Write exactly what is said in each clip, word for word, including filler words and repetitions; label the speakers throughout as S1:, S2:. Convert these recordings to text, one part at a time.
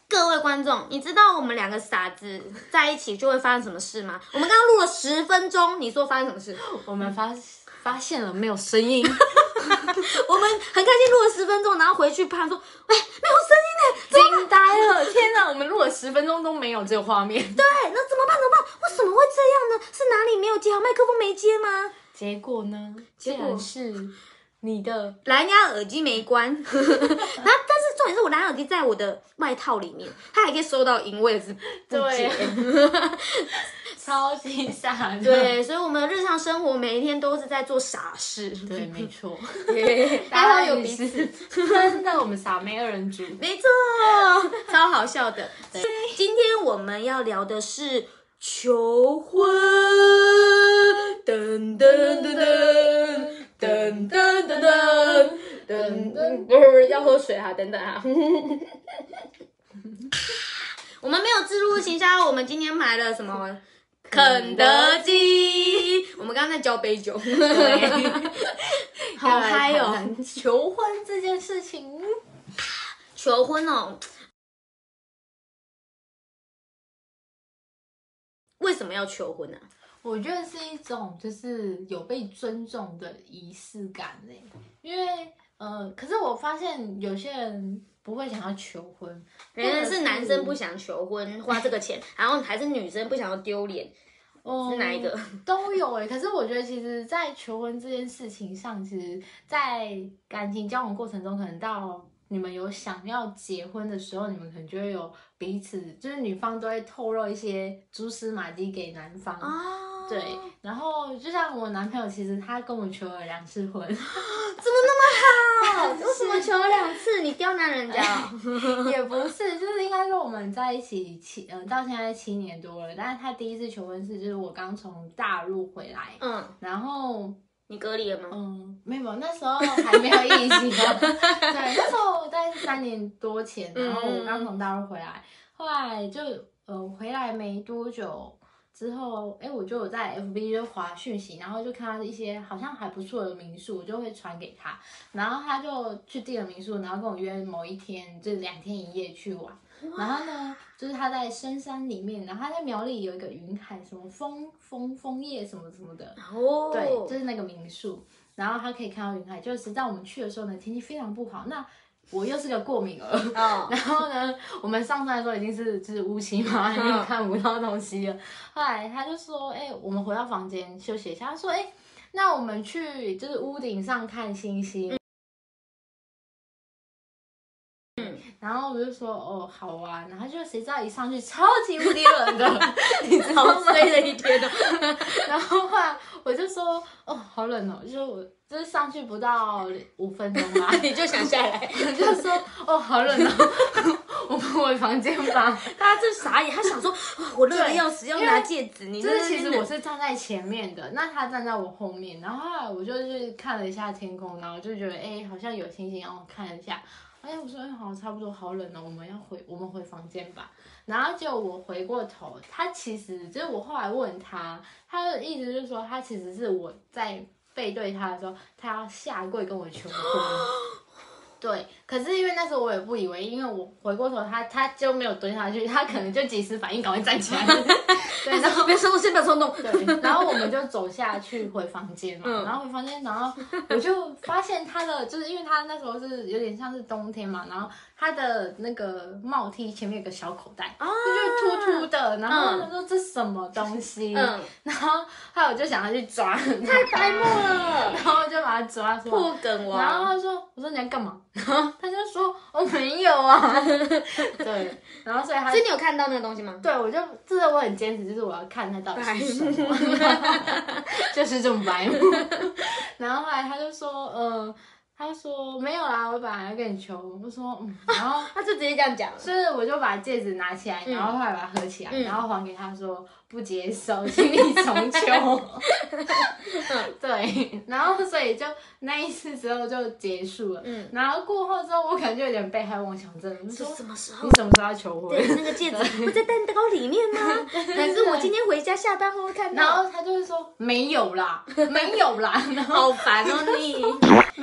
S1: 各位观众，你知道我们两个傻子在一起就会发生什么事吗？我们刚刚录了十分钟，你说发生什么事？
S2: 我们发发现了没有声音，
S1: 我们很开心录了十分钟，然后回去怕说，哎，没有声音呢，
S2: 惊呆了！天哪，我们录了十分钟都没有这个画面。
S1: 对，那怎么办？怎么办？为什么会这样呢？是哪里没有接好？麦克风没接吗？
S2: 结果呢？
S1: 结果
S2: 竟然是你的
S1: 蓝牙耳机没关，然后但是重点是我蓝牙耳机在我的外套里面，它还可以收到音，我也是不解。
S2: 超级傻的。
S1: 对，所以我们的日常生活每一天都是在做傻事。
S2: 对，没错。
S1: 还好有彼此，
S2: 真的，我们傻妹二人组。
S1: 没错，超好笑的。今天我们要聊的是求婚，噔噔噔噔。噔噔噔噔噔噔，不是要喝水哈，等等哈。我们没有置入行销，我们今天买了什么？肯德基。我们刚刚在交杯酒，好嗨哦！
S2: 求婚这件事情，
S1: 求婚哦，为什么要求婚呢、啊？
S2: 我觉得是一种就是有被尊重的仪式感嘞，因为呃，可是我发现有些人不会想要求婚，
S1: 原来是男生不想求婚花这个钱，然后还是女生不想要丢脸，
S2: 嗯、
S1: 是哪一个？
S2: 都有哎、欸。可是我觉得其实，在求婚这件事情上，其实，在感情交往过程中，可能到你们有想要结婚的时候，你们可能就会有彼此，就是女方都会透露一些蛛丝马迹给男方。
S1: 哦
S2: 对，然后就像我男朋友，其实他跟我求了两次婚，怎么
S1: 那么好？为什么求了两次？你刁难人家、
S2: 哦？也不是，就是应该说我们在一起七，嗯、呃，到现在七年多了。但是他第一次求婚是，就是我刚从大陆回来，嗯，然后
S1: 你隔离了吗？
S2: 嗯，没有，那时候还没有疫情。对，那时候大概是三年多前，然后我刚从大陆回来，后来就呃回来没多久。之后，哎，我就有在 F B 就滑讯息，然后就看到一些好像还不错的民宿，我就会传给他，然后他就去订了民宿，然后跟我约某一天，就是两天一夜去玩。然后呢，就是他在深山里面，然后他在苗栗有一个云海，什么枫枫枫叶什么什么的，哦，对，就是那个民宿，然后他可以看到云海。就是在我们去的时候呢，天气非常不好，那。我又是个过敏儿，哦、然后呢，我们上山的时候已经是就是乌漆嘛，已经看不到东西了。后来他就说：“哎、欸，我们回到房间休息一下。”他说：“哎、欸，那我们去就是屋顶上看星星。”嗯，然后我就说：“哦，好啊。”然后就谁知道一上去超级无敌冷的，你知道吗？
S1: 衰的一天哦。
S2: 然后后来我就说：“哦，好冷哦。”就是我。就是上去不到五分钟吧，
S1: 你就想下来，
S2: 我就说哦，好冷哦，我们回房间吧。
S1: 大家这傻眼，他想说，我热的要死，要拿戒指。你
S2: 就是其实我是站在前面的，那他站在我后面，然后后来我就是看了一下天空，然后就觉得哎、欸，好像有星星，然后我看了一下，哎，我说哎，好，差不多好冷哦，我们要回，我们回房间吧。然后就我回过头，他其实就是我后来问他，他的意思就是说，他其实是我在。背对他的时候，他要下跪跟我求婚。对，可是因为那时候我也不以为，因为我回过头，他他就没有蹲下去，他可能就及时反应，赶快站起来。对，然后
S1: 别冲动，先不要冲动。
S2: 对，然后我们就走下去回房间嘛，嗯、然后回房间，然后我就发现他的，就是因为他那时候是有点像是冬天嘛，然后他的那个帽 T 前面有个小口袋，啊、就凸凸的，然后他说这什么东西，嗯、然后后来我就想要去抓，
S1: 太白目了，
S2: 然后就把他抓出来，
S1: 破梗王，
S2: 然后他说，我说你要干嘛？然后他就说我没有啊，对，然后所以他，
S1: 所以你有看到那个东西吗？
S2: 对，我就就是我很坚持，就是我要看他到底是什么，就是这么白目。然后后来他就说，呃，他说没有啦，我本来要跟你求，我说嗯，然后
S1: 他就直接这样讲，
S2: 所以我就把戒指拿起来，然后后来把它合起来，嗯、然后还给他说不接受，请你重求。对，然后所以就那一次之后就结束了。嗯，然后过后之后，我可能就有点被害妄想症，
S1: 是什么时候？
S2: 你什么时候要求婚？
S1: 对，那个戒指不在蛋糕里面吗？还是我今天回家下班后会看到？
S2: 然后他就会说没有啦，没有啦，然
S1: 后好烦哦你。
S2: 没有啊，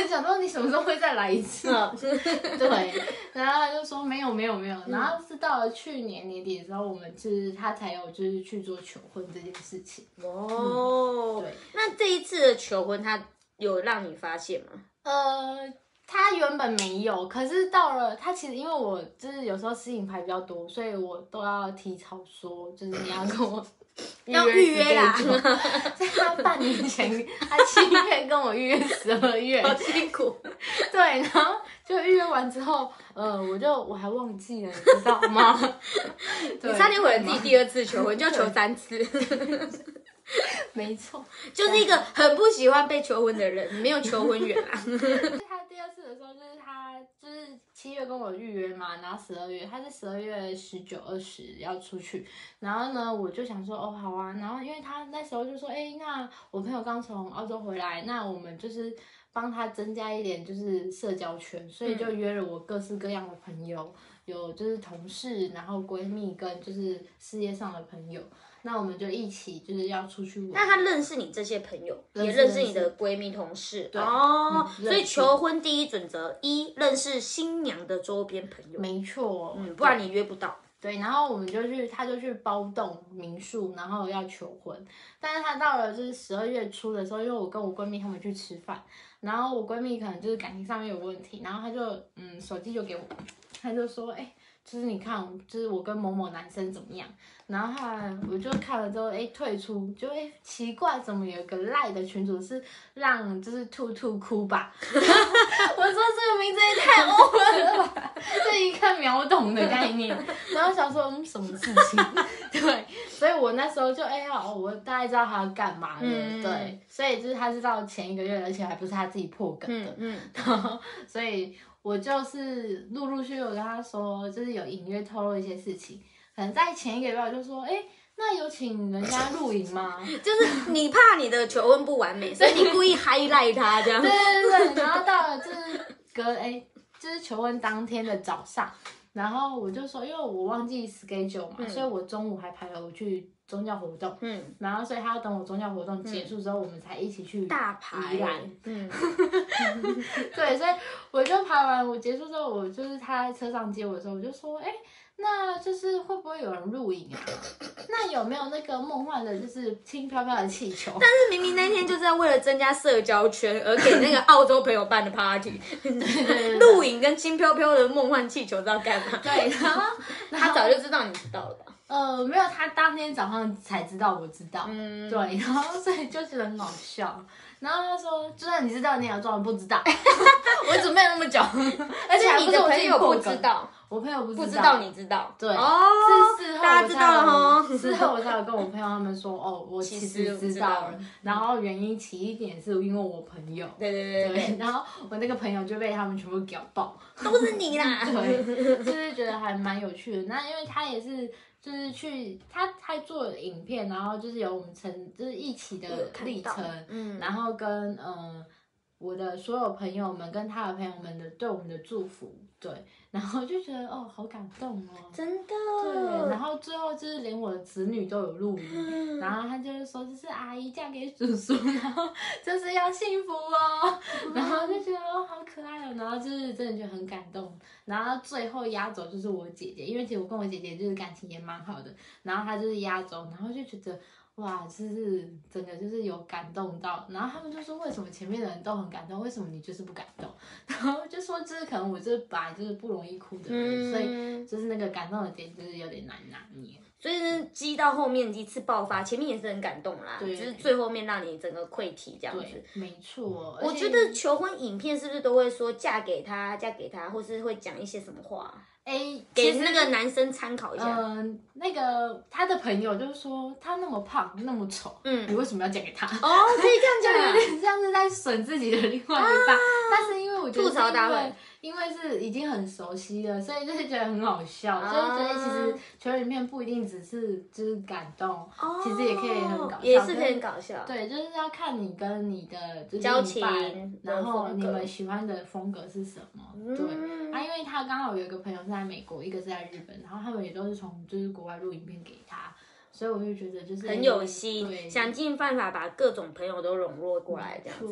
S2: 想说你什么时候会再来一次？对，然后他就说没有没有没有，然后是到了去年年底的时候，我们就是他才有就是去做求婚这件事情。
S1: 哦、
S2: 嗯，对，
S1: 那这一次的求婚，他有让你发现吗？
S2: 呃。他原本没有，可是到了他其实因为我就是有时候事情排比较多，所以我都要提早说，就是你要跟我
S1: 要预约啦。
S2: 在他半年前，他七月跟我预约十二月，
S1: 好辛苦。
S2: 对，然后就预约完之后，呃，我就我还忘记了，你知道吗？
S1: 你差点毁了自己第二次求婚，就要求三次。
S2: 没错，
S1: 就是一个很不喜欢被求婚的人，没有求婚缘啊。
S2: 他第二次的时候，就是他就是七月跟我预约嘛，然后十二月，他是十二月十九、二十要出去，然后呢，我就想说，哦，好啊，然后因为他那时候就说，哎、欸，那我朋友刚从澳洲回来，那我们就是帮他增加一点就是社交圈，所以就约了我各式各样的朋友，有就是同事，然后闺蜜跟就是事业上的朋友。那我们就一起就是要出去玩。
S1: 那他认识你这些朋友，
S2: 认识
S1: 也认识你的闺蜜同事哦、嗯。所以求婚第一准则一，认识新娘的周边朋友。
S2: 没错，
S1: 嗯，不然你约不到。
S2: 对，然后我们就去，他就去包栋民宿，然后要求婚。但是他到了就是十二月初的时候，因为我跟我闺蜜他们去吃饭，然后我闺蜜可能就是感情上面有问题，然后他就嗯手机就给我，他就说，哎、欸。就是你看，就是我跟某某男生怎么样，然后后来我就看了之后，哎，退出，就哎奇怪，怎么有一个赖的群组是让就是兔兔哭吧？我说这个名字也太 over 了吧，这一看秒懂的概念，然后想说嗯什么事情？对，所以我那时候就哎好，我大概知道他要干嘛了，嗯、对，所以就是他是到前一个月，而且还不是他自己破梗的，嗯，嗯所以。我就是陆陆续续有跟他说，就是有隐约透露一些事情，可能在前一个月我就说，哎、欸，那有请人家录影吗？
S1: 就是你怕你的求婚不完美，所以你故意 highlight 他这样。
S2: 对对对，然后到了就是隔哎、欸，就是求婚当天的早上，然后我就说，因为我忘记 schedule 嘛，嗯、所以我中午还排了我去宗教活动，嗯，然后所以他要等我宗教活动结束之后，嗯、我们才一起去
S1: 大排，
S2: 嗯，对，所以我就排完，我结束之后，我就是他在车上接我的时候，我就说，哎、欸，那就是会不会有人录影啊？那有没有那个梦幻的，就是轻飘飘的气球？
S1: 但是明明那天就是要为了增加社交圈而给那个澳洲朋友办的 party， 录影跟轻飘飘的梦幻气球知道干嘛？
S2: 对，然后
S1: 他早就知道你知道了吧？
S2: 呃，没有，他当天早上才知道我知道，嗯，对，然后所以就觉得很好笑。然后他说，就算你知道，你也要装不知道。我准备了那么久，而且
S1: 你的朋友不知道，
S2: 我朋友不知道，
S1: 不知道你知道，
S2: 对，
S1: 哦，
S2: 是事后
S1: 大家知道了哈。
S2: 事后我才有跟我朋友他们说，哦，我其实知道了。然后原因其一点是因为我朋友，
S1: 对对对对，
S2: 然后我那个朋友就被他们全部屌爆，
S1: 都是你啦。
S2: 对，就是觉得还蛮有趣的。那因为他也是。就是去他他做了影片，然后就是有我们成就是一起的历程，嗯，然后跟嗯、呃、我的所有朋友们跟他的朋友们的对我们的祝福，对，然后就觉得哦好感动哦，
S1: 真的，
S2: 对，然后最后就是连我的子女都有录影，嗯、然后他就是说这是阿姨嫁给叔叔，然后就是要幸福哦，嗯、然后就觉得哦好可爱哦，然后就是真的觉得很感动。然后最后压轴就是我姐姐，因为其实我跟我姐姐就是感情也蛮好的，然后她就是压轴，然后就觉得哇，就是整个就是有感动到，然后他们就说为什么前面的人都很感动，为什么你就是不感动？然后就说就是可能我就是本来就是不容易哭的人，嗯、所以就是那个感动的点就是有点难拿捏。
S1: 所以是激到后面一次爆发，前面也是很感动啦，就是最后面让你整个溃堤这样子。
S2: 对，没错。
S1: 我觉得求婚影片是不是都会说嫁给他，嫁给他，或是会讲一些什么话？哎，给那个男生参考一下。
S2: 嗯、呃，那个他的朋友就是说他那么胖那么丑，嗯，你为什么要嫁给他？
S1: 哦，可以这样讲，
S2: 有点像是在损自己的另外一半。啊、但是因为我觉得
S1: 吐槽大会，
S2: 因为是已经很熟悉了，所以就是觉得很好笑，啊、就是觉得其实求婚影片不一定只是就是感动，哦、其实也可以很搞笑，
S1: 也是可以很搞笑。
S2: 对，就是要看你跟你的
S1: 交情，
S2: 然后你们喜欢的风格是什么。嗯、对，啊，因为他刚好有一个朋友是在美国，一个是在日本，然后他们也都是从就是国外录影片给他，所以我就觉得就是
S1: 很有心，想尽办法把各种朋友都笼络过来这样子。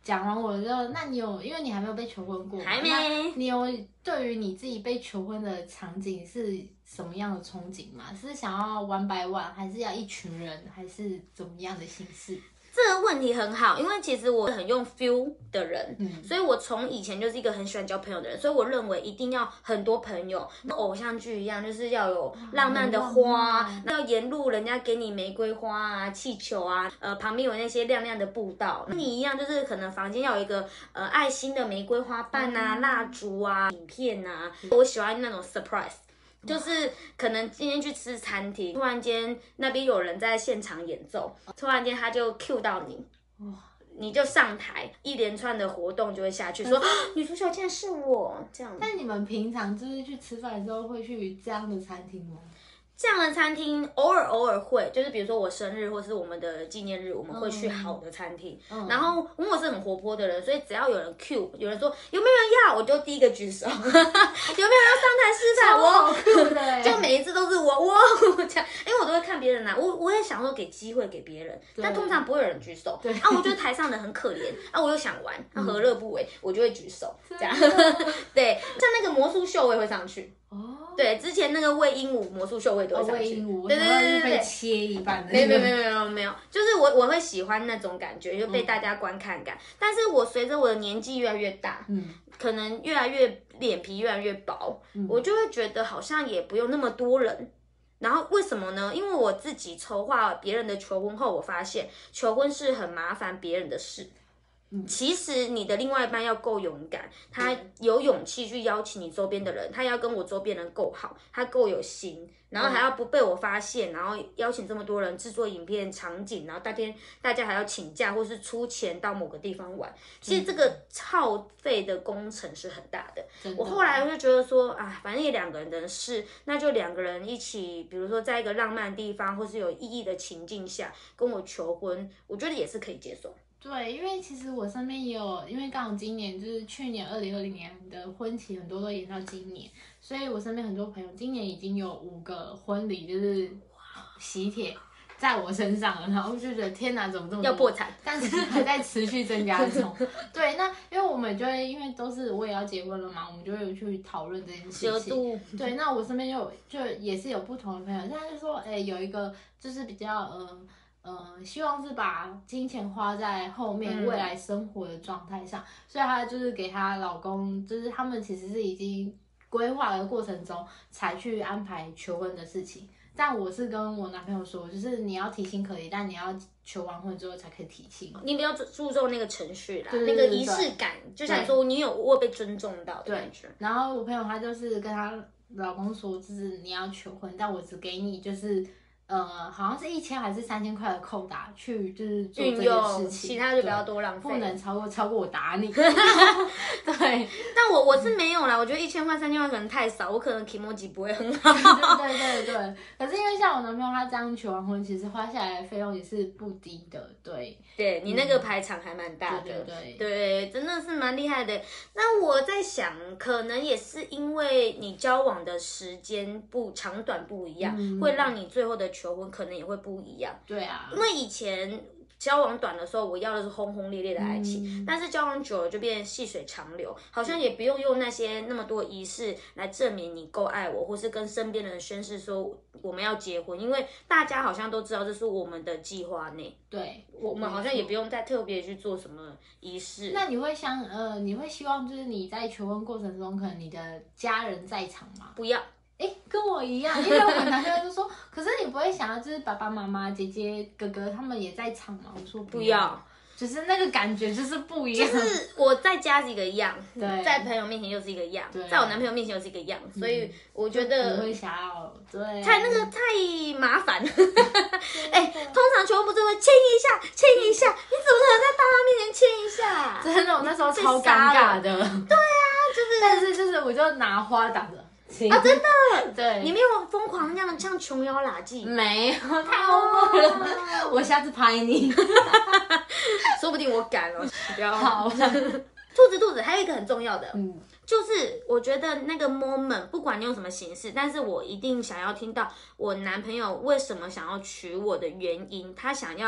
S2: 讲完我就，那你有，因为你还没有被求婚过，
S1: 还没，
S2: 你有对于你自己被求婚的场景是什么样的憧憬吗？是想要one by one，还是要一群人，还是怎么样的形式？
S1: 这个问题很好，因为其实我很用 feel 的人，
S2: 嗯，
S1: 所以我从以前就是一个很喜欢交朋友的人，所以我认为一定要很多朋友，偶像剧一样，就是要有浪漫的花，那要沿路人家给你玫瑰花啊、气球啊，呃，旁边有那些亮亮的步道，那你一样就是可能房间要有一个呃爱心的玫瑰花瓣啊、蜡烛啊、影片啊，我喜欢那种 surprise。就是可能今天去吃餐厅，突然间那边有人在现场演奏，突然间他就 cue 到你，你就上台，一连串的活动就会下去，说女主角竟然是我这样。
S2: 但你们平常就是去吃饭的时候会去这样的餐厅吗？
S1: 这样的餐厅偶尔偶尔会，就是比如说我生日或是我们的纪念日，我们会去好的餐厅。嗯、然后因为我是很活泼的人，所以只要有人 cue， 有人说有没有人要，我就第一个举手。有没有人要上台示范？我就每一次都是我我这样，因为我都会看别人来，我我也想说给机会给别人，但通常不会有人举手。对，啊，我觉得台上的很可怜，啊，我又想玩，那、啊、何乐不为，我就会举手这样。对，像那个魔术秀我也会上去。哦，对，之前那个喂鹦鹉魔术秀我也都会上去。喂
S2: 鹦鹉，
S1: 对对对对对，
S2: 切一半的。
S1: 没有没有没有没有没有，就是我我会喜欢那种感觉，就被大家观看感。嗯、但是我随着我的年纪越来越大，嗯，可能越来越脸皮越来越薄，嗯、我就会觉得好像也不用那么多人。然后为什么呢？因为我自己筹划别人的求婚后，我发现求婚是很麻烦别人的事。其实你的另外一半要够勇敢，他有勇气去邀请你周边的人，他要跟我周边人够好，他够有心，然后还要不被我发现，然后邀请这么多人制作影片场景，然后大天大家还要请假或是出钱到某个地方玩，其实这个耗费的工程是很大的。我后来就觉得说啊，反正也两个人的事，那就两个人一起，比如说在一个浪漫的地方或是有意义的情境下跟我求婚，我觉得也是可以接受。
S2: 对，因为其实我身边也有，因为刚好今年就是去年二零二零年的婚期很多都延到今年，所以我身边很多朋友今年已经有五个婚礼就是喜帖在我身上了，然后就觉得天哪，怎么这么多
S1: 要破产，
S2: 但是还在持续增加中。对，那因为我们就会因为都是我也要结婚了嘛，我们就会去讨论这件事情。对，那我身边就就也是有不同的朋友，现在就说，哎，有一个就是比较呃。呃，希望是把金钱花在后面未来生活的状态上，嗯、所以她就是给她老公，就是他们其实是已经规划的过程中才去安排求婚的事情。但我是跟我男朋友说，就是你要提亲可以，但你要求完婚之后才可以提亲。
S1: 你比较注重那个程序啦，那个仪式感，就像说你有我被尊重到的感觉。
S2: 然后我朋友她就是跟她老公说，就是你要求婚，但我只给你就是。呃，好像是一千还是三千块的扣打去，就是做这件事情，
S1: 其他就不要多浪费，
S2: 不能超过超过我打你。对，
S1: 但我我是没有啦，我觉得一千块三千块可能太少，我可能 kimoji 不会很好。
S2: 对对对对，可是因为像我男朋友他这样求完婚，其实花下来的费用也是不低的，对。
S1: 对你那个排场还蛮大的，
S2: 对对
S1: 对，对，真的是蛮厉害的。那我在想，可能也是因为你交往的时间不长短不一样，嗯、会让你最后的求婚可能也会不一样。
S2: 对啊，
S1: 因为以前交往短的时候，我要的是轰轰烈烈的爱情，嗯、但是交往久了就变细水长流，好像也不用用那些那么多仪式来证明你够爱我，或是跟身边的人宣誓说我们要结婚，因为大家好像都知道这是我们的计划内。
S2: 对，
S1: 我们好像也不用再特别去做什么仪式。
S2: 那你会想，呃，你会希望就是你在求婚过程中，可能你的家人在场吗？
S1: 不要。
S2: 哎，跟我一样，因为我男朋友就说，可是你不会想要就是爸爸妈妈、姐姐、哥哥他们也在场吗？我说
S1: 不要。
S2: 就是那个感觉就是不一样，
S1: 就是我在家是一个样，在朋友面前又是一个样，在我男朋友面前又是一个样，所以我觉得
S2: 不会想要，对，
S1: 太那个太麻烦了。哎、欸，通常求婚不是会亲一下，亲一下，你怎么可能在爸妈面前亲一下？
S2: 真的，我那时候超尴尬的。对
S1: 啊，就是，
S2: 但是就是我就拿花挡着。
S1: 啊，真的，
S2: 对，
S1: 你没有疯狂那样像琼瑶垃圾，
S2: 没有，太 over 了，我下次拍你，
S1: 说不定我敢哦，不要
S2: 好。
S1: 兔子兔子，还有一个很重要的，嗯，就是我觉得那个 moment， 不管你用什么形式，但是我一定想要听到我男朋友为什么想要娶我的原因，他想要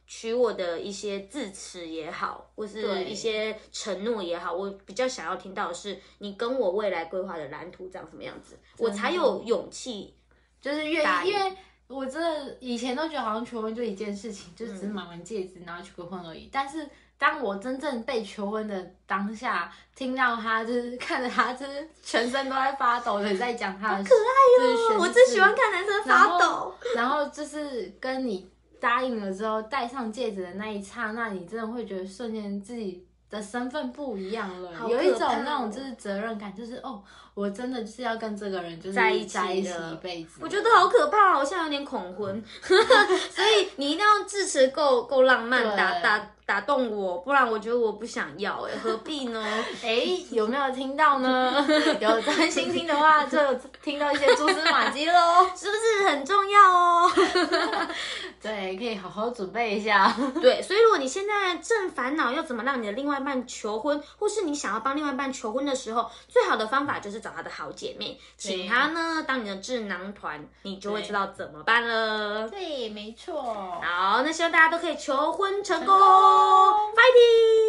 S1: 许我的一些字词也好，或是一些承诺也好，我比较想要听到的是你跟我未来规划的蓝图长什么样子，我才有勇气，
S2: 就是愿意，因为我真的以前都觉得好像求婚就一件事情，就只是买完戒指然后求个婚而已，但是当我真正被求婚的当下，听到他就是看着他就是全身都在发抖的在讲他的，好
S1: 可爱哟、我最喜欢看男生发抖，
S2: 然后就是跟你答应了之后戴上戒指的那一刹那，你真的会觉得瞬间自己的身份不一样了，
S1: 哦、
S2: 有一种那种就是责任感，就是哦，我真的就是要跟这个人就是
S1: 在一起
S2: 在一起一辈子。
S1: 我觉得好可怕，我现在有点恐婚，所以你一定要致辞够够浪漫，打打打动我，不然我觉得我不想要，哎，何必呢？
S2: 哎，有没有听到呢？有专心听的话，就有听到一些蛛丝马迹喽，
S1: 是不是很重要哦？
S2: 对，可以好好准备一下。
S1: 对，所以如果你现在正烦恼要怎么让你的另外一半求婚，或是你想要帮另外一半求婚的时候，最好的方法就是找他的好姐妹，请她呢当你的智囊团，你就会知道怎么办了。
S2: 对，没错。
S1: 好，那希望大家都可以求婚成功， fighting！